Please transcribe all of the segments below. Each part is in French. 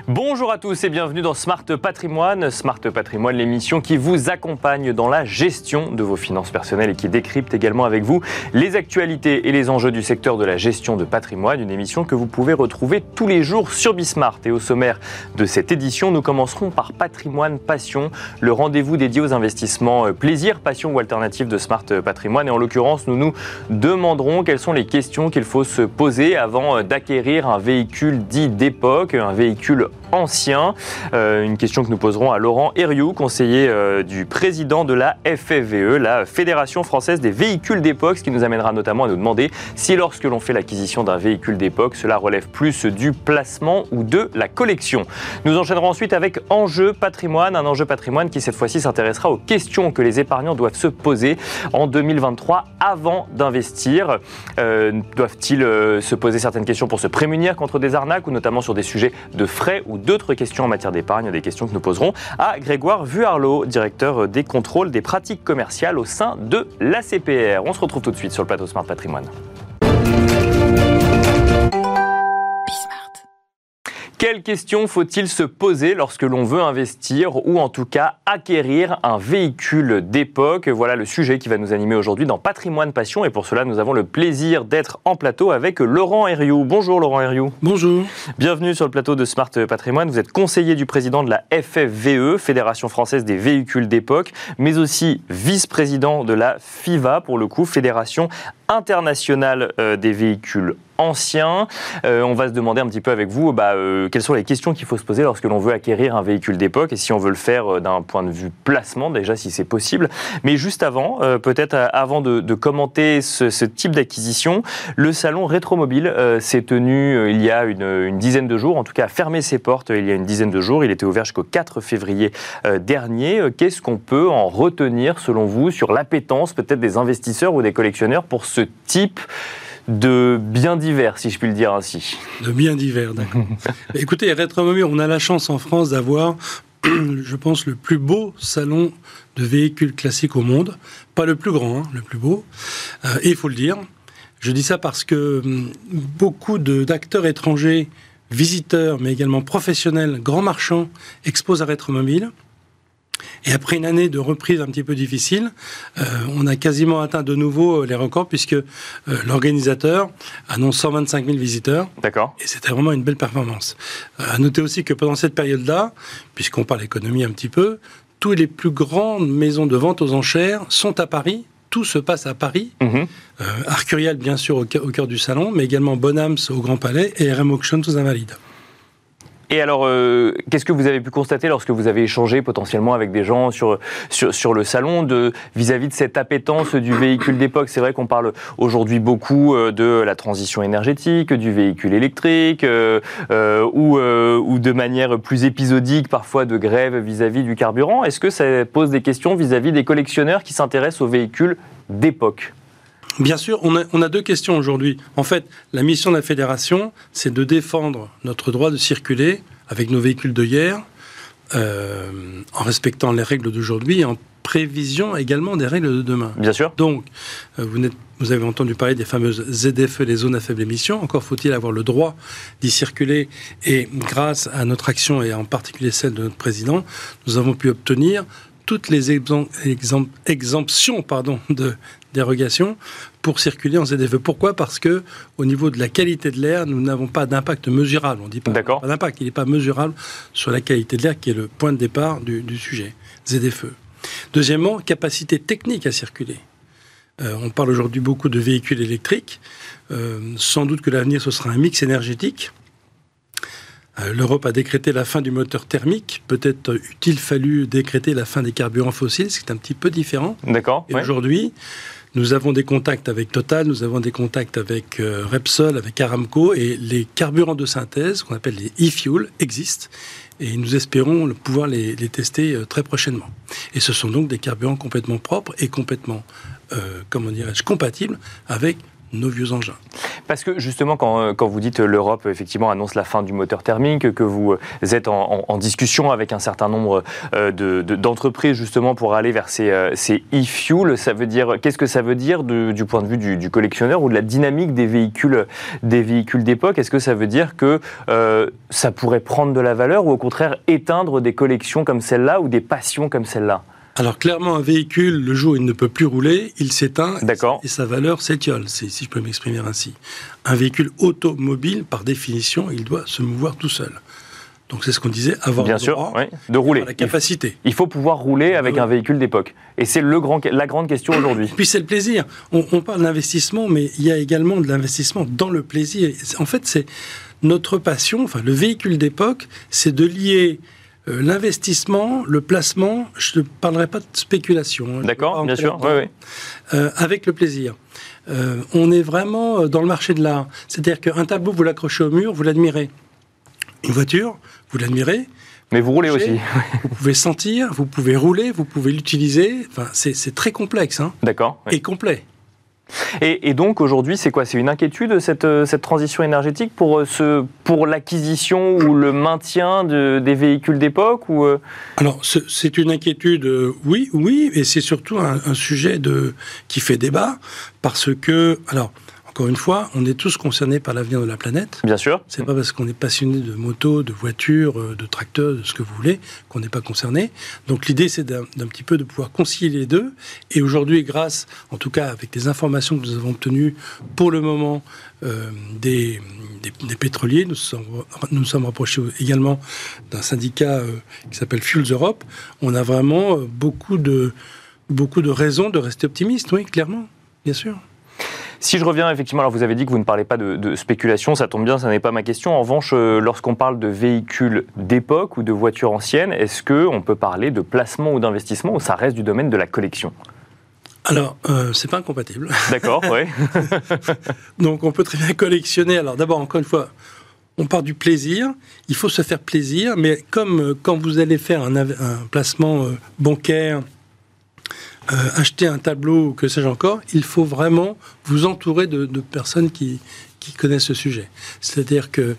Bonjour à tous et bienvenue dans Smart Patrimoine. Smart Patrimoine, l'émission qui vous accompagne dans la gestion de vos finances personnelles et qui décrypte également avec vous les actualités et les enjeux du secteur de la gestion de patrimoine. Une émission que vous pouvez retrouver tous les jours sur Bismart. Et au sommaire de cette édition, nous commencerons par Patrimoine Passion, le rendez-vous dédié aux investissements plaisir, passion ou alternative de Smart Patrimoine. Et en l'occurrence, nous nous demanderons quelles sont les questions qu'il faut se poser avant d'acquérir un véhicule dit d'époque, un véhicule ancien. Une question que nous poserons à Laurent Herriou, conseiller du président de la FFVE, la Fédération Française des Véhicules d'Époque, ce qui nous amènera notamment à nous demander si lorsque l'on fait l'acquisition d'un véhicule d'époque, cela relève plus du placement ou de la collection. Nous enchaînerons ensuite avec Enjeu Patrimoine, un enjeu patrimoine qui cette fois-ci s'intéressera aux questions que les épargnants doivent se poser en 2023 avant d'investir. Doivent-ils se poser certaines questions pour se prémunir contre des arnaques ou notamment sur des sujets de frais ou d'autres questions en matière d'épargne, des questions que nous poserons à Grégoire Vuarlot, directeur des contrôles des pratiques commerciales au sein de l'ACPR. On se retrouve tout de suite sur le plateau Smart Patrimoine. Quelles questions faut-il se poser lorsque l'on veut investir ou en tout cas acquérir un véhicule d'époque ? Voilà le sujet qui va nous animer aujourd'hui dans Patrimoine Passion et pour cela nous avons le plaisir d'être en plateau avec Laurent Herriou. Bonjour Laurent Herriou. Bonjour. Bienvenue sur le plateau de Smart Patrimoine. Vous êtes conseiller du président de la FFVE, Fédération Française des Véhicules d'Époque, mais aussi vice-président de la FIFA, pour le coup, Fédération internationale des véhicules anciens. On va se demander un petit peu avec vous quelles sont les questions qu'il faut se poser lorsque l'on veut acquérir un véhicule d'époque et si on veut le faire d'un point de vue placement, déjà si c'est possible. Mais juste avant, peut-être avant de commenter ce type d'acquisition, le salon Rétromobile s'est tenu il y a une dizaine de jours, en tout cas a fermé ses portes il y a une dizaine de jours. Il était ouvert jusqu'au 4 février dernier. Qu'est-ce qu'on peut en retenir selon vous sur l'appétence peut-être des investisseurs ou des collectionneurs pour ce type de biens divers, si je puis le dire ainsi. De biens divers, d'accord. Écoutez, Rétromobile, on a la chance en France d'avoir, je pense, le plus beau salon de véhicules classiques au monde. Pas le plus grand, le plus beau. Et il faut le dire. Je dis ça parce que beaucoup d'acteurs étrangers, visiteurs, mais également professionnels, grands marchands, exposent à Rétromobile. Et après une année de reprise un petit peu difficile, on a quasiment atteint de nouveau les records puisque l'organisateur annonce 125 000 visiteurs. D'accord. Et c'était vraiment une belle performance. À noter aussi que pendant cette période-là, puisqu'on parle économie un petit peu, toutes les plus grandes maisons de vente aux enchères sont à Paris. Tout se passe à Paris. Arcurial, bien sûr, au cœur du salon, mais également Bonhams au Grand Palais et RM Auction aux Invalides. Et alors, qu'est-ce que vous avez pu constater lorsque vous avez échangé potentiellement avec des gens sur le salon vis-à-vis de cette appétence du véhicule d'époque ? C'est vrai qu'on parle aujourd'hui beaucoup de la transition énergétique, du véhicule électrique, ou de manière plus épisodique, parfois de grève vis-à-vis du carburant. Est-ce que ça pose des questions vis-à-vis des collectionneurs qui s'intéressent aux véhicules d'époque ? Bien sûr, on a deux questions aujourd'hui. En fait, la mission de la Fédération, c'est de défendre notre droit de circuler avec nos véhicules de hier, en respectant les règles d'aujourd'hui et en prévision également des règles de demain. Bien sûr. Donc, vous avez entendu parler des fameuses ZFE, les zones à faible émission. Encore faut-il avoir le droit d'y circuler. Et grâce à notre action, et en particulier celle de notre président, nous avons pu obtenir toutes les exemptions de dérogation pour circuler en ZFE. Pourquoi ? Parce que au niveau de la qualité de l'air, nous n'avons pas d'impact mesurable. On dit pas d'impact, il n'est pas mesurable sur la qualité de l'air, qui est le point de départ du sujet. ZFE. Deuxièmement, capacité technique à circuler. On parle aujourd'hui beaucoup de véhicules électriques. Sans doute que l'avenir, ce sera un mix énergétique. L'Europe a décrété la fin du moteur thermique. Peut-être eût-il fallu décréter la fin des carburants fossiles, ce qui est un petit peu différent. D'accord. Et aujourd'hui, nous avons des contacts avec Total, nous avons des contacts avec Repsol, avec Aramco, et les carburants de synthèse, qu'on appelle les e-fuels, existent. Et nous espérons pouvoir les tester très prochainement. Et ce sont donc des carburants complètement propres et complètement, compatibles avec nos vieux engins. Parce que justement, quand vous dites l'Europe effectivement annonce la fin du moteur thermique, que vous êtes en discussion avec un certain nombre d'entreprises justement pour aller vers ces e-fuels, qu'est-ce que ça veut dire du point de vue du collectionneur ou de la dynamique des véhicules d'époque? Est-ce que ça veut dire que ça pourrait prendre de la valeur ou au contraire éteindre des collections comme celle-là ou des passions comme celle-là? Alors clairement, un véhicule, le jour où il ne peut plus rouler, il s'éteint. D'accord. Et sa valeur s'étiole, si je peux m'exprimer ainsi. Un véhicule automobile, par définition, il doit se mouvoir tout seul. Donc c'est ce qu'on disait, avoir Bien le sûr, droit, oui, de rouler. la capacité. Il faut pouvoir rouler avec un véhicule d'époque. Et c'est la grande question aujourd'hui. Puis c'est le plaisir. On parle d'investissement, mais il y a également de l'investissement dans le plaisir. En fait, c'est notre passion, enfin le véhicule d'époque, c'est de lier l'investissement, le placement, je ne parlerai pas de spéculation. D'accord, bien sûr, oui. Avec le plaisir. On est vraiment dans le marché de l'art. C'est-à-dire qu'un tableau, vous l'accrochez au mur, vous l'admirez. Une voiture, vous l'admirez. Mais vous roulez aussi. Vous pouvez sentir, vous pouvez rouler, vous pouvez l'utiliser. Enfin, c'est très complexe. Hein. D'accord. Oui. Et complet. Et donc aujourd'hui, c'est quoi? C'est une inquiétude cette transition énergétique pour l'acquisition ou le maintien des véhicules d'époque ou Alors c'est une inquiétude, oui, et c'est surtout un sujet qui fait débat parce que encore une fois, on est tous concernés par l'avenir de la planète. Bien sûr. C'est pas parce qu'on est passionné de motos, de voitures, de tracteurs, de ce que vous voulez, qu'on n'est pas concerné. Donc l'idée, c'est d'un petit peu de pouvoir concilier les deux. Et aujourd'hui, grâce, en tout cas avec les informations que nous avons obtenues pour le moment des pétroliers, nous sommes rapprochés également d'un syndicat qui s'appelle Fuels Europe. On a vraiment beaucoup de raisons de rester optimiste, oui, clairement, bien sûr. Si je reviens effectivement, alors vous avez dit que vous ne parlez pas de spéculation, ça tombe bien, ça n'est pas ma question. En revanche, lorsqu'on parle de véhicules d'époque ou de voitures anciennes, est-ce qu'on peut parler de placement ou d'investissement ou ça reste du domaine de la collection? Alors, c'est pas incompatible. D'accord, oui. Donc on peut très bien collectionner. Alors d'abord, encore une fois, on part du plaisir, il faut se faire plaisir, mais comme quand vous allez faire un placement bancaire, acheter un tableau, que sais-je encore, il faut vraiment vous entourer de personnes qui connaissent ce sujet. C'est-à-dire que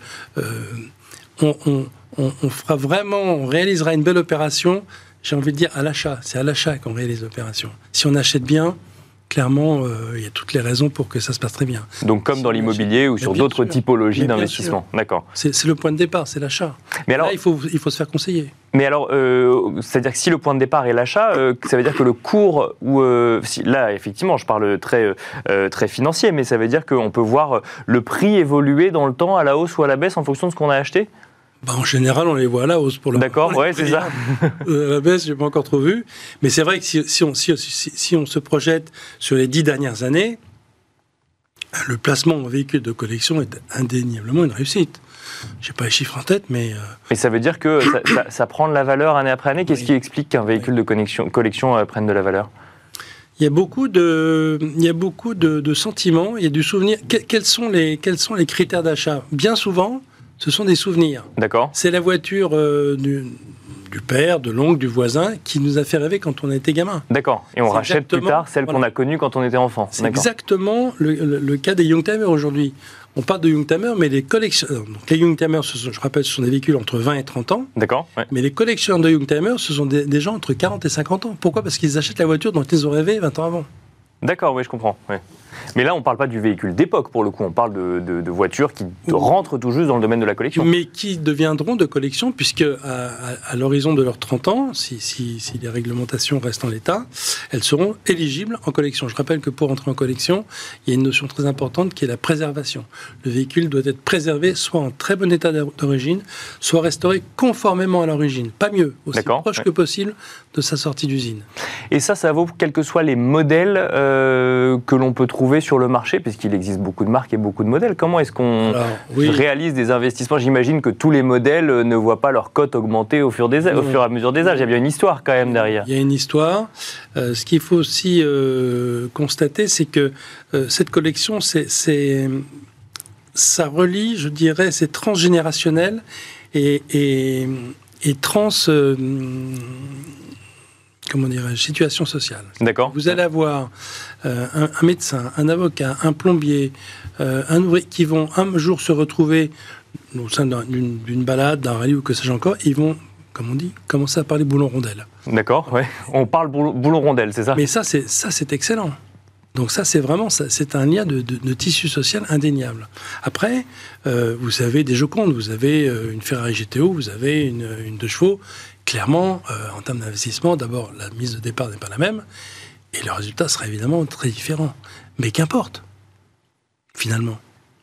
on fera vraiment, on réalisera une belle opération, j'ai envie de dire à l'achat. C'est à l'achat qu'on réalise l'opération. Si on achète bien, clairement, il y a toutes les raisons pour que ça se passe très bien. Donc comme dans l'immobilier ou sur d'autres typologies d'investissement. D'accord. C'est le point de départ, c'est l'achat. Mais alors, là, il faut se faire conseiller. Mais alors, c'est-à-dire que si le point de départ est l'achat, ça veut dire que le cours, là, effectivement, je parle très financier, mais ça veut dire qu'on peut voir le prix évoluer dans le temps, à la hausse ou à la baisse, en fonction de ce qu'on a acheté? En général, on les voit à la hausse pour le moment. D'accord, ouais, c'est ça. La baisse, je n'ai pas encore trop vu. Mais c'est vrai que si on se projette sur les 10 dernières années, le placement en véhicule de collection est indéniablement une réussite. Je n'ai pas les chiffres en tête, mais... Mais ça veut dire que ça prend de la valeur année après année. Qu'est-ce qui explique qu'un véhicule de collection prenne de la valeur? Il y a beaucoup de sentiments, il y a du souvenir. Quels sont les critères d'achat? Bien souvent, ce sont des souvenirs. D'accord. C'est la voiture du père, de l'oncle, du voisin qui nous a fait rêver quand on était gamin. D'accord. Et on rachète plus tard celle qu'on a connue quand on était enfant. C'est exactement le cas des Youngtimers aujourd'hui. On parle de Youngtimers, mais les collectionneurs... Donc les Youngtimers, je rappelle, ce sont des véhicules entre 20 et 30 ans. D'accord. Ouais. Mais les collectionneurs de Youngtimers, ce sont des gens entre 40 et 50 ans. Pourquoi? Parce qu'ils achètent la voiture dont ils ont rêvé 20 ans avant. D'accord, oui, je comprends. Ouais. Mais là, on ne parle pas du véhicule d'époque, pour le coup. On parle de voitures qui rentrent tout juste dans le domaine de la collection. Mais qui deviendront de collection, puisque à l'horizon de leurs 30 ans, si les réglementations restent en l'état, elles seront éligibles en collection. Je rappelle que pour entrer en collection, il y a une notion très importante qui est la préservation. Le véhicule doit être préservé, soit en très bon état d'origine, soit restauré conformément à l'origine. Pas mieux, aussi proche que possible de sa sortie d'usine. Et ça vaut quels que soient les modèles que l'on peut trouver sur le marché, puisqu'il existe beaucoup de marques et beaucoup de modèles. Comment est-ce qu'on réalise des investissements? J'imagine que tous les modèles ne voient pas leur cote augmenter au fur et à mesure des âges. Il y a bien une histoire quand même derrière. Il y a une histoire. Ce qu'il faut aussi constater, c'est que cette collection, ça relie, je dirais, c'est transgénérationnel et comment dirais-je, situation sociale. D'accord. Vous allez avoir un médecin, un avocat, un plombier, un ouvrier, qui vont un jour se retrouver au sein d'une balade, d'un rallye ou que sais-je encore, ils vont, comme on dit, commencer à parler boulon-rondelle. D'accord, ouais. On parle boulon-rondelle, c'est ça ? Mais ça, c'est excellent. Donc ça, c'est vraiment, c'est un lien de tissu social indéniable. Après, vous avez des Joconde, vous avez une Ferrari GTO, vous avez une 2 chevaux. Clairement, en termes d'investissement, d'abord, la mise de départ n'est pas la même, et le résultat sera évidemment très différent. Mais qu'importe, finalement.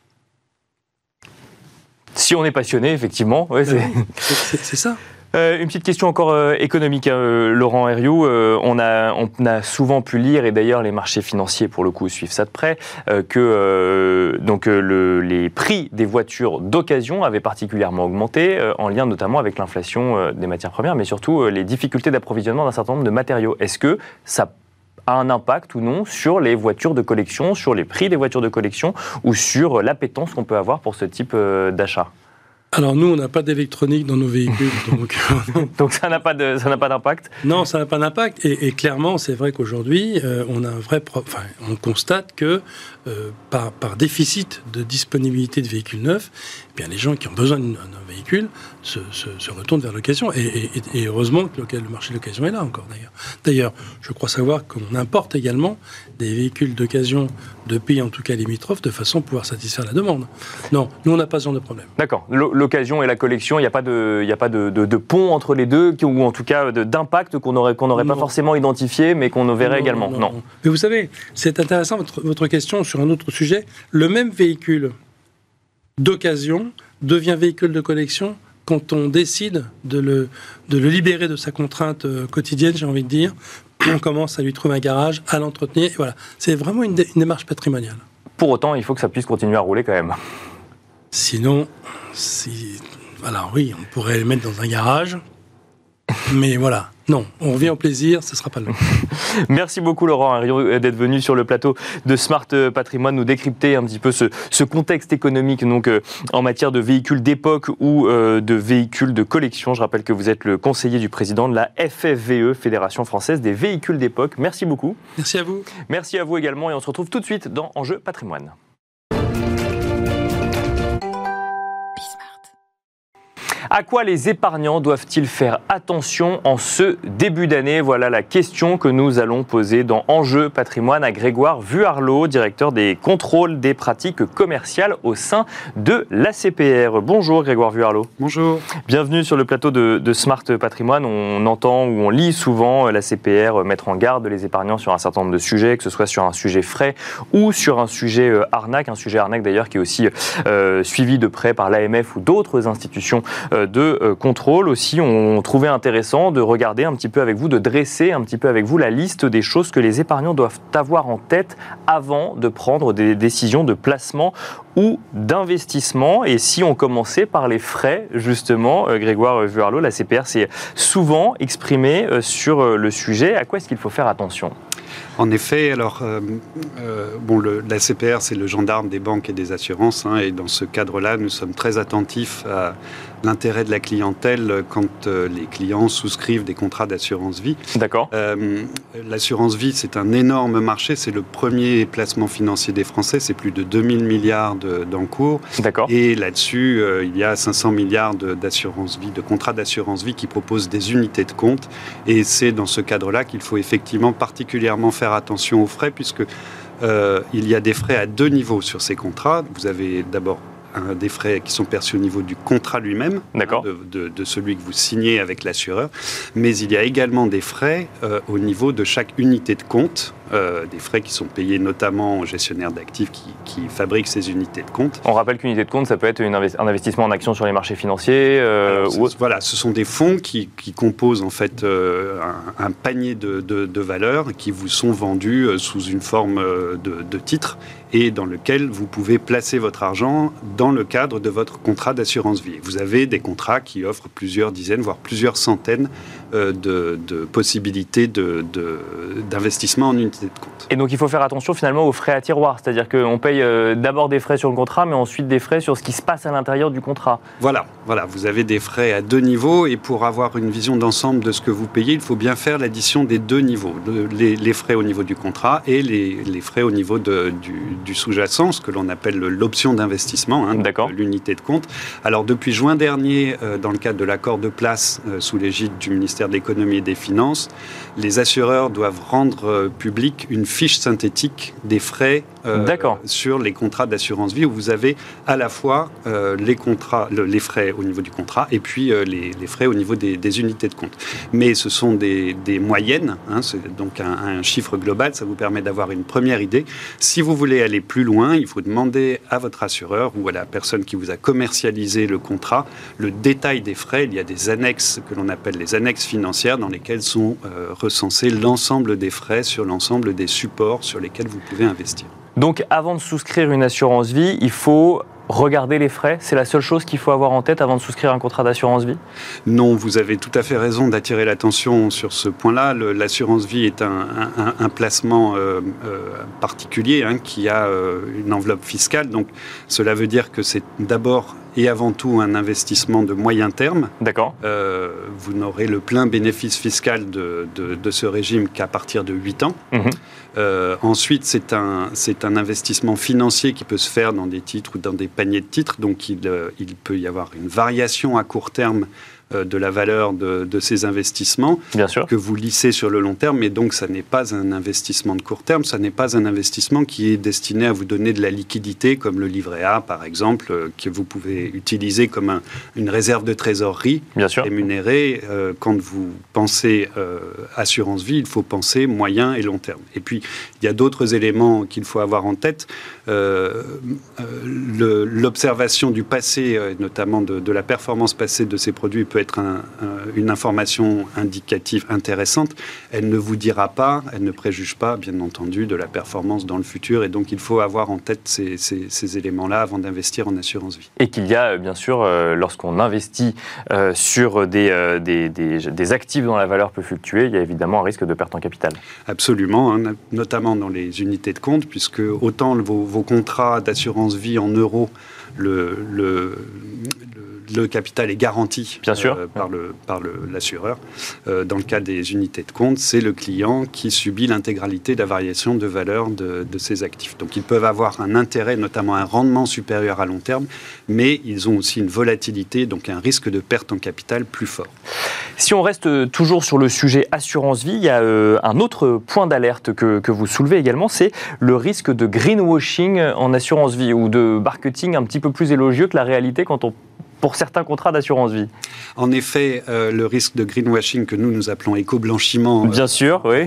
Si on est passionné, effectivement, ouais, c'est ça. Une petite question encore économique, Laurent Herriou. On a souvent pu lire, et d'ailleurs les marchés financiers pour le coup suivent ça de près, que les prix des voitures d'occasion avaient particulièrement augmenté, en lien notamment avec l'inflation des matières premières, mais surtout les difficultés d'approvisionnement d'un certain nombre de matériaux. Est-ce que ça a un impact ou non sur les voitures de collection, sur les prix des voitures de collection ou sur l'appétence qu'on peut avoir pour ce type d'achat ? Alors nous, on n'a pas d'électronique dans nos véhicules, donc ça n'a pas d'impact. Non, ça n'a pas d'impact. Et clairement, c'est vrai qu'aujourd'hui, on a on constate que par déficit de disponibilité de véhicules neufs, eh bien les gens qui ont besoin d'un véhicule se retournent vers l'occasion. Et heureusement que le marché de l'occasion est là encore d'ailleurs. D'ailleurs, je crois savoir qu'on importe également des véhicules d'occasion de pays, en tout cas limitrophes, de façon à pouvoir satisfaire la demande. Non, nous on n'a pas ce genre de problème. D'accord. L'occasion et la collection, il n'y a pas de pont entre les deux, ou en tout cas d'impact qu'on n'aurait pas forcément identifié, mais qu'on verrait également. Non. Mais vous savez, c'est intéressant votre question sur un autre sujet. Le même véhicule d'occasion devient véhicule de collection quand on décide de le libérer de sa contrainte quotidienne, j'ai envie de dire. On commence à lui trouver un garage, à l'entretenir. Et voilà. C'est vraiment une démarche patrimoniale. Pour autant, il faut que ça puisse continuer à rouler quand même. Sinon, voilà, oui, on pourrait le mettre dans un garage. Mais voilà, non, on revient au plaisir, ce ne sera pas le même. Merci beaucoup Laurent Herriou d'être venu sur le plateau de Smart Patrimoine nous décrypter un petit peu ce contexte économique donc, en matière de véhicules d'époque ou de véhicules de collection. Je rappelle que vous êtes le conseiller du président de la FFVE, Fédération Française des Véhicules d'époque. Merci beaucoup. Merci à vous. Merci à vous également et on se retrouve tout de suite dans Enjeu Patrimoine. À quoi les épargnants doivent-ils faire attention en ce début d'année ? Voilà la question que nous allons poser dans Enjeu Patrimoine à Grégoire Vuarlot, directeur des contrôles des pratiques commerciales au sein de l'ACPR. Bonjour Grégoire Vuarlot. Bonjour. Bienvenue sur le plateau de Smart Patrimoine. On entend ou on lit souvent l'ACPR mettre en garde les épargnants sur un certain nombre de sujets, que ce soit sur un sujet frais ou sur un sujet arnaque d'ailleurs qui est aussi suivi de près par l'AMF ou d'autres institutions de contrôle. Aussi, on trouvait intéressant de regarder un petit peu avec vous, de dresser un petit peu avec vous la liste des choses que les épargnants doivent avoir en tête avant de prendre des décisions de placement ou d'investissement. Et si on commençait par les frais, justement, Grégoire Vuarlot, la CPR s'est souvent exprimé sur le sujet. À quoi est-ce qu'il faut faire attention ? En effet, alors, la CPR, c'est le gendarme des banques et des assurances, et dans ce cadre-là, nous sommes très attentifs à l'intérêt de la clientèle quand les clients souscrivent des contrats d'assurance vie. D'accord. L'assurance vie, c'est un énorme marché, c'est le premier placement financier des Français, c'est plus de 2000 milliards d'encours. D'accord. Et là-dessus, il y a 500 milliards d'assurance vie, de contrats d'assurance vie qui proposent des unités de compte. Et c'est dans ce cadre-là qu'il faut effectivement particulièrement faire attention aux frais, puisque il y a des frais à deux niveaux sur ces contrats. Vous avez d'abord des frais qui sont perçus au niveau du contrat lui-même, de celui que vous signez avec l'assureur, mais il y a également des frais au niveau de chaque unité de compte, des frais qui sont payés notamment aux gestionnaires d'actifs qui fabriquent ces unités de compte. On rappelle qu'unité de compte, ça peut être un investissement en actions sur les marchés financiers. Voilà, ce sont des fonds qui composent en fait un panier de valeurs qui vous sont vendus sous une forme de titres et dans lequel vous pouvez placer votre argent dans le cadre de votre contrat d'assurance vie. Vous avez des contrats qui offrent plusieurs dizaines, voire plusieurs centaines de possibilités d'investissement en unité de compte. Et donc il faut faire attention finalement aux frais à tiroir, c'est-à-dire qu'on paye d'abord des frais sur le contrat, mais ensuite des frais sur ce qui se passe à l'intérieur du contrat. Voilà, vous avez des frais à deux niveaux, et pour avoir une vision d'ensemble de ce que vous payez, il faut bien faire l'addition des deux niveaux, les frais au niveau du contrat et les frais au niveau du sous-jacent, ce que l'on appelle l'option d'investissement, l'unité de compte. Alors depuis juin dernier, dans le cadre de l'accord de place sous l'égide du ministère de l'économie et des finances, les assureurs doivent rendre public une fiche synthétique des frais sur les contrats d'assurance vie, où vous avez à la fois les frais au niveau du contrat et puis les frais au niveau des unités de compte. Mais ce sont des moyennes, c'est donc un chiffre global, ça vous permet d'avoir une première idée. Si vous voulez aller plus loin, il faut demander à votre assureur ou à la personne qui vous a commercialisé le contrat le détail des frais. Il y a des annexes que l'on appelle les annexes financières, dans lesquelles sont recensés l'ensemble des frais sur l'ensemble des supports sur lesquels vous pouvez investir. Donc avant de souscrire une assurance vie, il faut regarder les frais, c'est la seule chose qu'il faut avoir en tête avant de souscrire un contrat d'assurance vie ? Non, vous avez tout à fait raison d'attirer l'attention sur ce point-là. L'assurance vie est un placement particulier qui a une enveloppe fiscale. Donc cela veut dire que c'est d'abord et avant tout un investissement de moyen terme. D'accord. Vous n'aurez le plein bénéfice fiscal de ce régime qu'à partir de 8 ans. Mmh. Ensuite, c'est un investissement financier qui peut se faire dans des titres ou dans des paniers de titres. Donc, il peut y avoir une variation à court terme de la valeur de ces investissements. Bien sûr. Que vous lissez sur le long terme. Mais donc, ça n'est pas un investissement de court terme. Ça n'est pas un investissement qui est destiné à vous donner de la liquidité, comme le livret A, par exemple, que vous pouvez utiliser comme une réserve de trésorerie rémunérée. Quand vous pensez assurance vie, il faut penser moyen et long terme. Et puis, il y a d'autres éléments qu'il faut avoir en tête. L'observation du passé, notamment de la performance passée de ces produits, peut être une information indicative intéressante. Elle ne vous dira pas, elle ne préjuge pas, bien entendu, de la performance dans le futur. Et donc, il faut avoir en tête ces éléments-là avant d'investir en assurance vie. Et qu'il y a, bien sûr, lorsqu'on investit sur des actifs dont la valeur peut fluctuer, il y a évidemment un risque de perte en capital. Absolument, notamment dans les unités de compte, puisque autant vos contrats d'assurance vie en euros, le capital est garanti par l'assureur. Dans le cas des unités de compte, c'est le client qui subit l'intégralité de la variation de valeur de ses actifs. Donc ils peuvent avoir un intérêt, notamment un rendement supérieur à long terme, mais ils ont aussi une volatilité, donc un risque de perte en capital plus fort. Si on reste toujours sur le sujet assurance vie, il y a un autre point d'alerte que vous soulevez également, c'est le risque de greenwashing en assurance vie ou de marketing un petit peu plus élogieux que la réalité pour certains contrats d'assurance vie. En effet, le risque de greenwashing que nous appelons éco-blanchiment... Bien sûr, oui.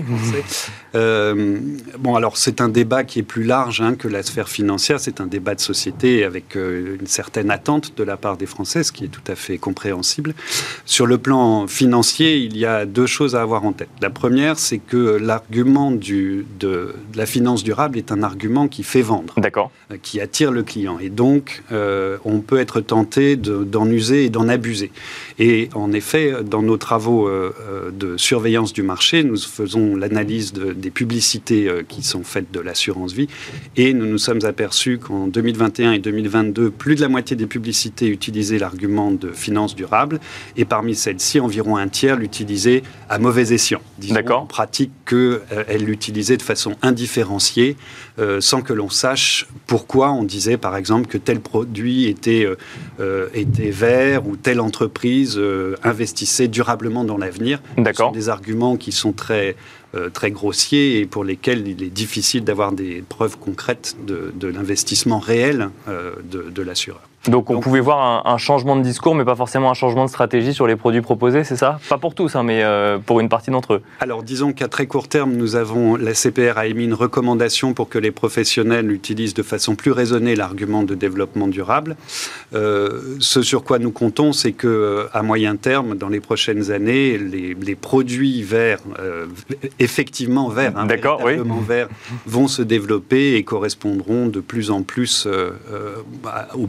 Alors c'est un débat qui est plus large que la sphère financière. C'est un débat de société avec une certaine attente de la part des Français, ce qui est tout à fait compréhensible. Sur le plan financier, il y a deux choses à avoir en tête. La première, c'est que l'argument de la finance durable est un argument qui fait vendre, qui attire le client. Et donc, on peut être tenté d'en user et d'en abuser. Et en effet, dans nos travaux de surveillance du marché, nous faisons l'analyse des publicités qui sont faites de l'assurance vie, et nous nous sommes aperçus qu'en 2021 et 2022, plus de la moitié des publicités utilisaient l'argument de finance durable, et parmi celles-ci, environ un tiers l'utilisaient à mauvais escient. Disons en pratique qu'elles l'utilisaient de façon indifférenciée, sans que l'on sache pourquoi on disait, par exemple, que tel produit était vert ou telle entreprise investissait durablement dans l'avenir. Ce sont des arguments qui sont très grossiers et pour lesquels il est difficile d'avoir des preuves concrètes de l'investissement réel de l'assureur. Donc on pouvait voir un changement de discours, mais pas forcément un changement de stratégie sur les produits proposés, c'est ça ? Pas pour tous, mais pour une partie d'entre eux. Alors disons qu'à très court terme, la CPR a émis une recommandation pour que les professionnels utilisent de façon plus raisonnée l'argument de développement durable. Ce sur quoi nous comptons, c'est qu'à moyen terme, dans les prochaines années, les produits verts, effectivement verts, véritablement verts, vont se développer et correspondront de plus en plus aux besoins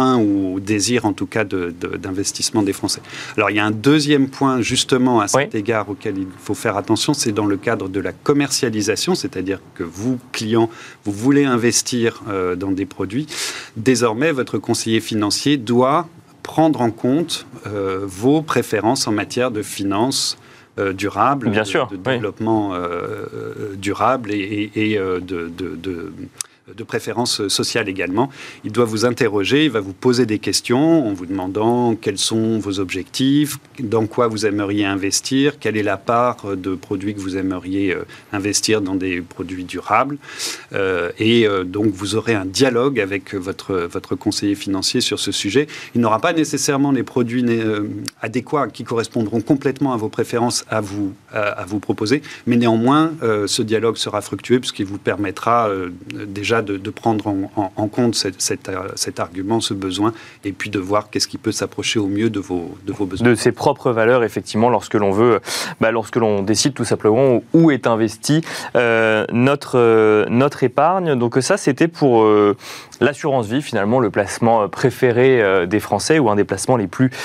besoin ou désir en tout cas d'investissement des Français. Alors il y a un deuxième point justement à cet égard auquel il faut faire attention, c'est dans le cadre de la commercialisation, c'est-à-dire que vous, clients, vous voulez investir dans des produits. Désormais, votre conseiller financier doit prendre en compte vos préférences en matière de finances durable, de développement durable et de préférence sociale également. Il doit vous interroger, il va vous poser des questions en vous demandant quels sont vos objectifs, dans quoi vous aimeriez investir, quelle est la part de produits que vous aimeriez investir dans des produits durables. Donc, vous aurez un dialogue avec votre conseiller financier sur ce sujet. Il n'aura pas nécessairement les produits adéquats qui correspondront complètement à vos préférences à vous proposer, mais néanmoins, ce dialogue sera fructueux puisqu'il vous permettra déjà de prendre en compte cet argument, ce besoin, et puis de voir qu'est-ce qui peut s'approcher au mieux de vos besoins. De ses propres valeurs, effectivement, lorsque l'on décide tout simplement où est investie notre épargne. Donc ça, c'était pour l'assurance vie, finalement, le placement préféré des Français, ou un des placements les plus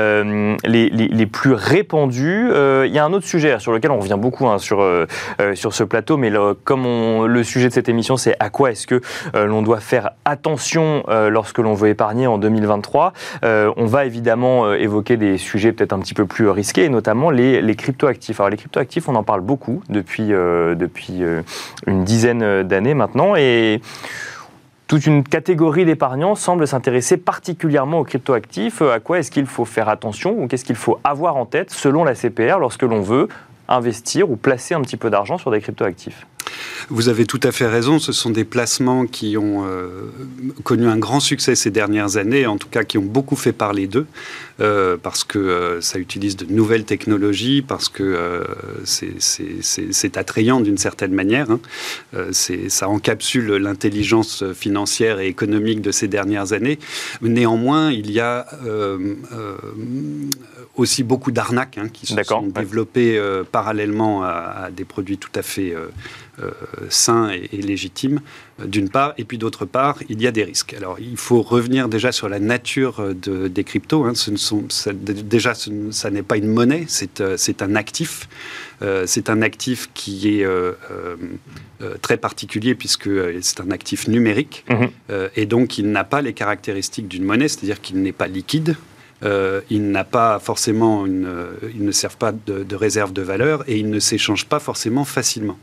répandus. Il y a un autre sujet sur lequel on revient beaucoup sur ce plateau, mais comme le sujet de cette émission, c'est à quoi est-ce que l'on doit faire attention lorsque l'on veut épargner en 2023. On va évidemment évoquer des sujets peut-être un petit peu plus risqués, et notamment les cryptoactifs. Alors les cryptoactifs, on en parle beaucoup depuis une dizaine d'années maintenant, et toute une catégorie d'épargnants semble s'intéresser particulièrement aux cryptoactifs. À quoi est-ce qu'il faut faire attention, ou qu'est-ce qu'il faut avoir en tête selon la CPR lorsque l'on veut investir ou placer un petit peu d'argent sur des cryptoactifs? Vous avez tout à fait raison, ce sont des placements qui ont connu un grand succès ces dernières années, en tout cas qui ont beaucoup fait parler d'eux, parce que ça utilise de nouvelles technologies, parce que c'est attrayant d'une certaine manière. Ça encapsule l'intelligence financière et économique de ces dernières années. Néanmoins, il y a aussi beaucoup d'arnaques qui se sont développées parallèlement à des produits tout à fait sains et légitimes, d'une part, et puis d'autre part, il y a des risques. Alors, il faut revenir déjà sur la nature des cryptos. Ça n'est pas une monnaie, c'est un actif. C'est un actif qui est très particulier puisque c'est un actif numérique, et donc il n'a pas les caractéristiques d'une monnaie, c'est-à-dire qu'il n'est pas liquide. Il n'a pas forcément il ne sert pas de réserve de valeur, et il ne s'échange pas forcément facilement.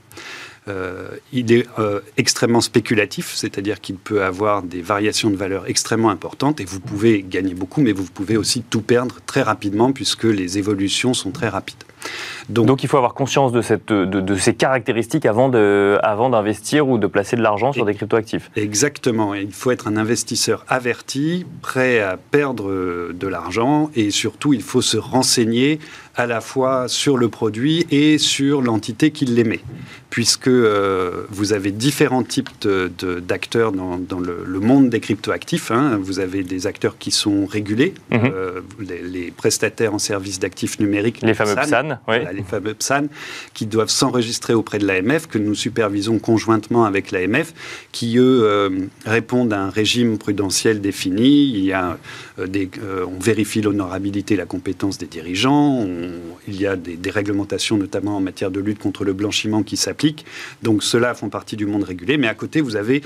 Il est extrêmement spéculatif, c'est-à-dire qu'il peut avoir des variations de valeur extrêmement importantes, et vous pouvez gagner beaucoup, mais vous pouvez aussi tout perdre très rapidement puisque les évolutions sont très rapides. Donc il faut avoir conscience de ces caractéristiques avant d'investir ou de placer de l'argent sur des cryptoactifs. Exactement. Et il faut être un investisseur averti, prêt à perdre de l'argent, et surtout il faut se renseigner à la fois sur le produit et sur l'entité qui l'émet, puisque vous avez différents types d'acteurs dans le monde des cryptoactifs. Vous avez des acteurs qui sont régulés, les prestataires en services d'actifs numériques, les fameux PSAN. Les fameux PSAN, qui doivent s'enregistrer auprès de l'AMF, que nous supervisons conjointement avec l'AMF, qui, eux, répondent à un régime prudentiel défini. Il y a on vérifie l'honorabilité et la compétence des dirigeants. Il y a des réglementations, notamment en matière de lutte contre le blanchiment, qui s'appliquent. Donc, ceux-là font partie du monde régulé. Mais à côté, vous avez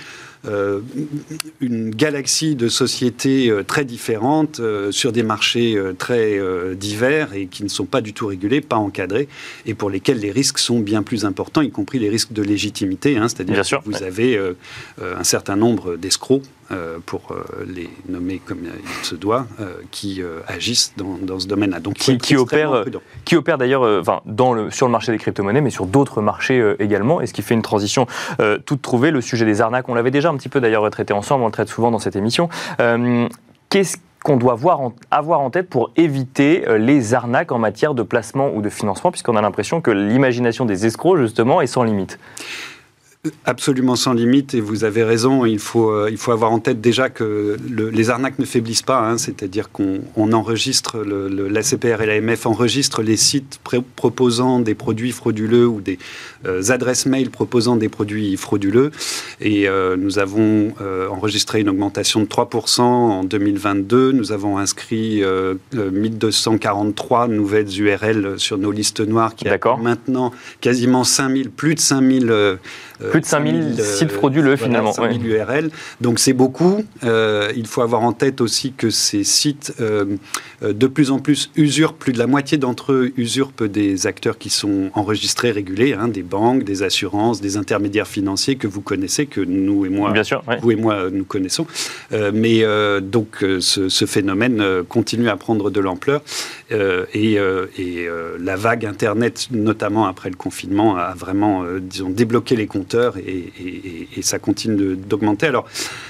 une galaxie de sociétés très différentes sur des marchés très divers et qui ne sont pas du tout régulés, pas encadrés, et pour lesquels les risques sont bien plus importants, y compris les risques de légitimité. C'est-à-dire que vous avez un certain nombre d'escrocs, pour les nommer comme il se doit, qui agissent dans ce domaine-là. Donc, qui opèrent d'ailleurs sur le marché des crypto-monnaies, mais sur d'autres marchés également, et ce qui fait une transition toute trouvée. Le sujet des arnaques, on l'avait déjà un petit peu d'ailleurs traité ensemble, on le traite souvent dans cette émission. Qu'est-ce qu'on doit avoir en tête pour éviter les arnaques en matière de placement ou de financement, puisqu'on a l'impression que l'imagination des escrocs, justement, est sans limite? Absolument sans limite, et vous avez raison, il faut avoir en tête déjà que les arnaques ne faiblissent pas, c'est-à-dire qu'on enregistre, la CPR et l'AMF enregistrent les sites proposant des produits frauduleux ou des adresses mail proposant des produits frauduleux, Et nous avons enregistré une augmentation de 3% en 2022. Nous avons inscrit 1243 nouvelles URL sur nos listes noires qui a maintenant quasiment 5000, plus de 5000 sites frauduleux finalement. 5000 URL. Donc c'est beaucoup. Il faut avoir en tête aussi que ces sites, de plus en plus, usurpent, plus de la moitié d'entre eux usurpent des acteurs qui sont enregistrés, régulés, des banques, des assurances, des intermédiaires financiers que vous connaissez, que nous et moi, vous et moi, nous connaissons. Mais donc ce phénomène continue à prendre de l'ampleur et la vague Internet, notamment après le confinement, a vraiment, débloqué les compteurs et ça continue d'augmenter. Alors,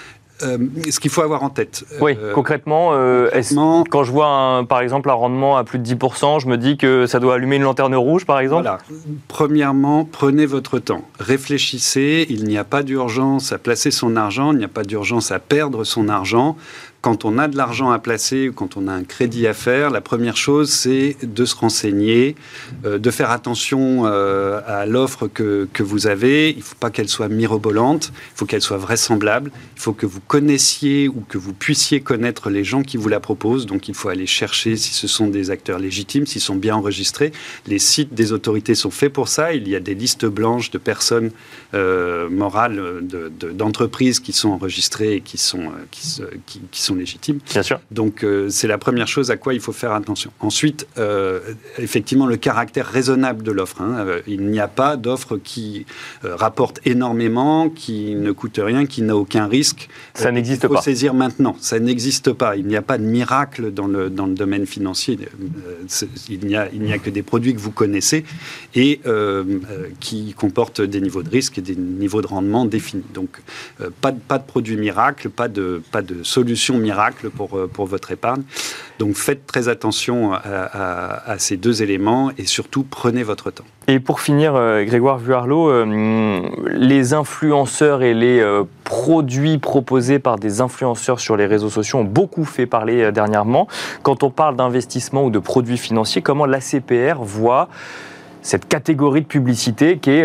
ce qu'il faut avoir en tête. Concrètement, quand je vois par exemple un rendement à plus de 10%, je me dis que ça doit allumer une lanterne rouge, par exemple. Voilà. Premièrement, prenez votre temps. Réfléchissez. Il n'y a pas d'urgence à placer son argent. Il n'y a pas d'urgence à perdre son argent. Quand on a de l'argent à placer ou quand on a un crédit à faire, la première chose, c'est de se renseigner, de faire attention à l'offre que vous avez. Il ne faut pas qu'elle soit mirobolante, il faut qu'elle soit vraisemblable. Il faut que vous connaissiez ou que vous puissiez connaître les gens qui vous la proposent. Donc, il faut aller chercher si ce sont des acteurs légitimes, s'ils sont bien enregistrés. Les sites des autorités sont faits pour ça. Il y a des listes blanches de personnes morales, d'entreprises qui sont enregistrées et qui sont légitimes. Bien sûr. Donc, c'est la première chose à quoi il faut faire attention. Ensuite, effectivement, le caractère raisonnable de l'offre. Il n'y a pas d'offre qui rapporte énormément, qui ne coûte rien, qui n'a aucun risque. Ça n'existe pas. Il faut saisir maintenant. Ça n'existe pas. Il n'y a pas de miracle dans le domaine financier. Il n'y a que des produits que vous connaissez et qui comportent des niveaux de risque et des niveaux de rendement définis. Donc, pas de produit miracle, pas de solution miracle pour votre épargne. Donc faites très attention à ces deux éléments et surtout prenez votre temps. Et pour finir, Grégoire Vuarlot, les influenceurs et les produits proposés par des influenceurs sur les réseaux sociaux ont beaucoup fait parler dernièrement. Quand on parle d'investissement ou de produits financiers, comment l'ACPR voit cette catégorie de publicité qui est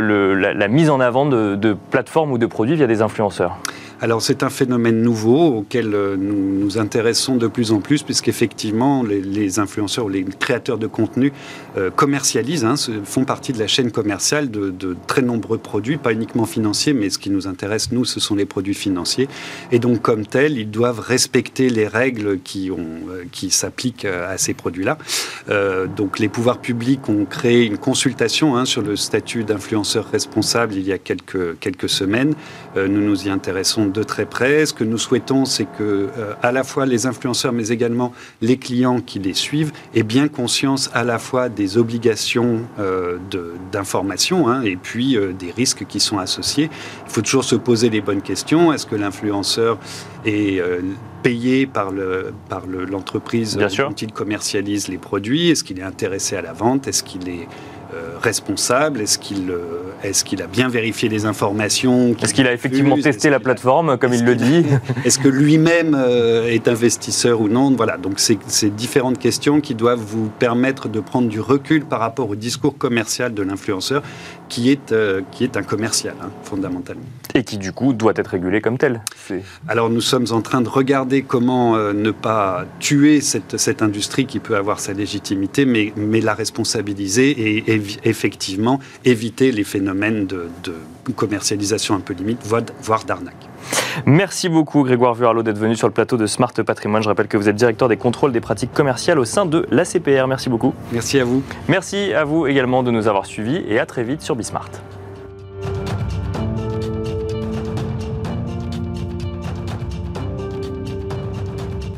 la mise en avant de plateformes ou de produits via des influenceurs ? Alors c'est un phénomène nouveau auquel nous nous intéressons de plus en plus puisqu'effectivement les influenceurs ou les créateurs de contenu commercialisent, font partie de la chaîne commerciale de très nombreux produits, pas uniquement financiers, mais ce qui nous intéresse, nous, ce sont les produits financiers. Et donc comme tels, ils doivent respecter les règles qui s'appliquent à ces produits-là. Donc les pouvoirs publics ont créé une consultation sur le statut d'influenceur responsable il y a quelques semaines. Nous nous y intéressons de très près. Ce que nous souhaitons, c'est que à la fois les influenceurs, mais également les clients qui les suivent aient bien conscience à la fois des obligations d'information et puis des risques qui sont associés. Il faut toujours se poser les bonnes questions. Est-ce que l'influenceur est payé par l'entreprise dont il commercialise les produits? Est-ce qu'il est intéressé à la vente? Est-ce qu'il est responsable? Est-ce qu'il a bien vérifié les informations? Est-ce qu'il a effectivement testé la plateforme, comme il le dit? Est-ce que lui-même est investisseur ou non? Voilà, donc c'est différentes questions qui doivent vous permettre de prendre du recul par rapport au discours commercial de l'influenceur, qui est un commercial, fondamentalement. Et qui, du coup, doit être régulé comme tel. Alors, nous sommes en train de regarder comment ne pas tuer cette industrie qui peut avoir sa légitimité, mais la responsabiliser et effectivement éviter les phénomènes de commercialisation un peu limite, voire d'arnaque. Merci beaucoup Grégoire Vuarlot d'être venu sur le plateau de Smart Patrimoine. Je rappelle que vous êtes directeur des contrôles des pratiques commerciales au sein de l'ACPR. Merci beaucoup. Merci à vous. Merci à vous également de nous avoir suivis et à très vite sur Bismart.